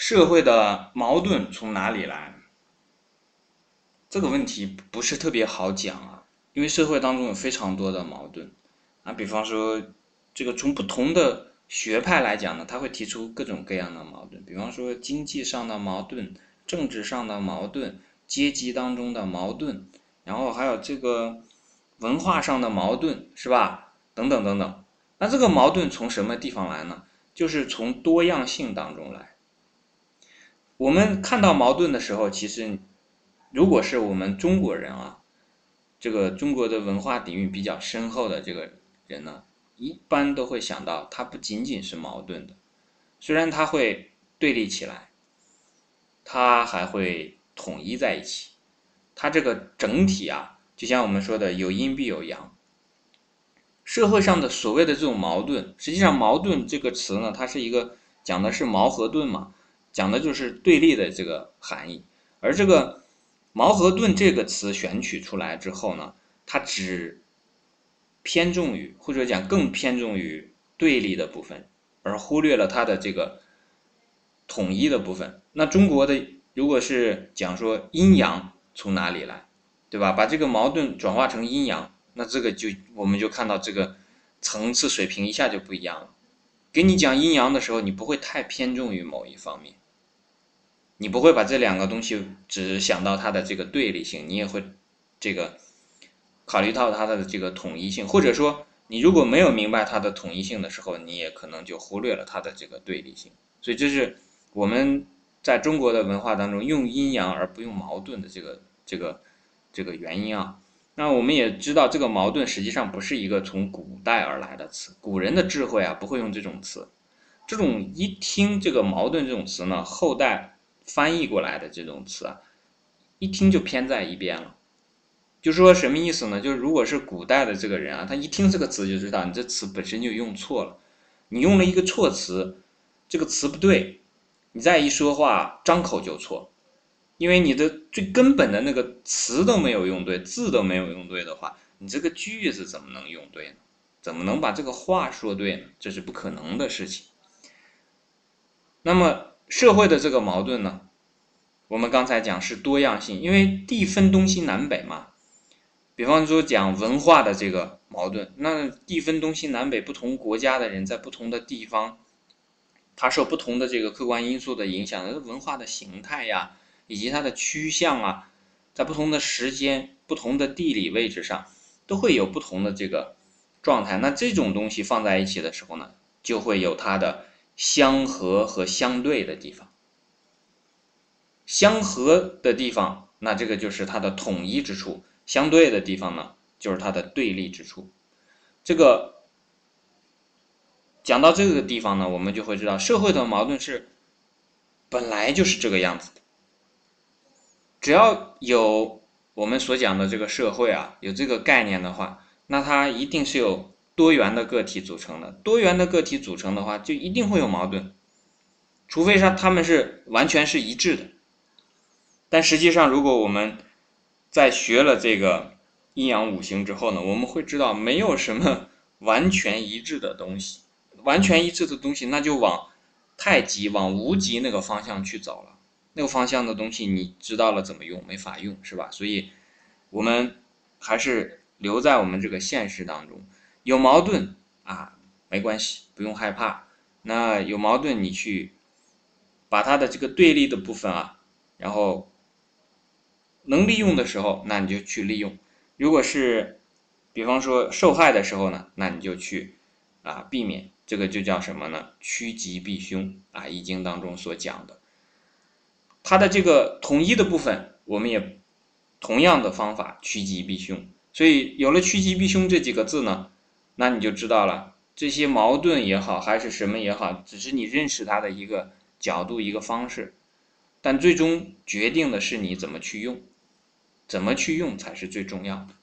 社会的矛盾从哪里来？这个问题不是特别好讲啊，因为社会当中有非常多的矛盾啊。比方说，这个从不同的学派来讲呢，他会提出各种各样的矛盾。比方说，经济上的矛盾、政治上的矛盾、阶级当中的矛盾，然后还有这个文化上的矛盾，是吧？等等等等。那这个矛盾从什么地方来呢？就是从多样性当中来。我们看到矛盾的时候，其实如果是我们中国人啊，这个中国的文化底蕴比较深厚的这个人呢，一般都会想到，它不仅仅是矛盾的，虽然它会对立起来，它还会统一在一起。它这个整体啊，就像我们说的有阴必有阳。社会上的所谓的这种矛盾，实际上矛盾这个词呢，它是一个讲的是矛和盾嘛，讲的就是对立的这个含义。而这个矛和盾这个词选取出来之后呢，它只偏重于或者讲更偏重于对立的部分，而忽略了它的这个统一的部分。那中国的如果是讲说阴阳从哪里来，对吧？把这个矛盾转化成阴阳，那这个我们就看到这个层次水平一下就不一样了。给你讲阴阳的时候，你不会太偏重于某一方面，你不会把这两个东西只想到它的这个对立性，你也会这个考虑到它的这个统一性，或者说你如果没有明白它的统一性的时候，你也可能就忽略了它的这个对立性。所以这是我们在中国的文化当中用阴阳而不用矛盾的这个原因啊。那我们也知道，这个矛盾实际上不是一个从古代而来的词，古人的智慧啊不会用这种词。这种一听这个矛盾这种词呢，后代翻译过来的这种词啊，一听就偏在一边了。就说什么意思呢？就是如果是古代的这个人啊，他一听这个词就知道你这词本身就用错了，你用了一个错词，这个词不对，你再一说话张口就错，因为你的最根本的那个词都没有用对，字都没有用对的话，你这个句子怎么能用对呢？怎么能把这个话说对呢？这是不可能的事情。那么社会的这个矛盾呢，我们刚才讲是多样性，因为地分东西南北嘛。比方说讲文化的这个矛盾，那地分东西南北，不同国家的人在不同的地方，它受不同的这个客观因素的影响，文化的形态呀，以及它的趋向啊，在不同的时间、不同的地理位置上，都会有不同的这个状态。那这种东西放在一起的时候呢，就会有它的相合和相对的地方。相合的地方，那这个就是它的统一之处；相对的地方呢，就是它的对立之处。这个讲到这个地方呢，我们就会知道，社会的矛盾是本来就是这个样子的。只要有我们所讲的这个社会啊，有这个概念的话，那它一定是由多元的个体组成的。多元的个体组成的话，就一定会有矛盾，除非他们是完全是一致的。但实际上，如果我们在学了这个阴阳五行之后呢，我们会知道没有什么完全一致的东西，完全一致的东西那就往太极、往无极那个方向去走了。那个方向的东西你知道了怎么用，没法用，是吧？所以我们还是留在我们这个现实当中，有矛盾啊，没关系，不用害怕。那有矛盾，你去把它的这个对立的部分啊，然后能利用的时候，那你就去利用；如果是比方说受害的时候呢，那你就去避免。这个就叫什么呢？趋吉避凶啊，易经当中所讲的。它的这个统一的部分，我们也同样的方法趋吉避凶。所以有了趋吉避凶这几个字呢，那你就知道了，这些矛盾也好，还是什么也好，只是你认识它的一个角度、一个方式，但最终决定的是你怎么去用。怎么去用才是最重要的。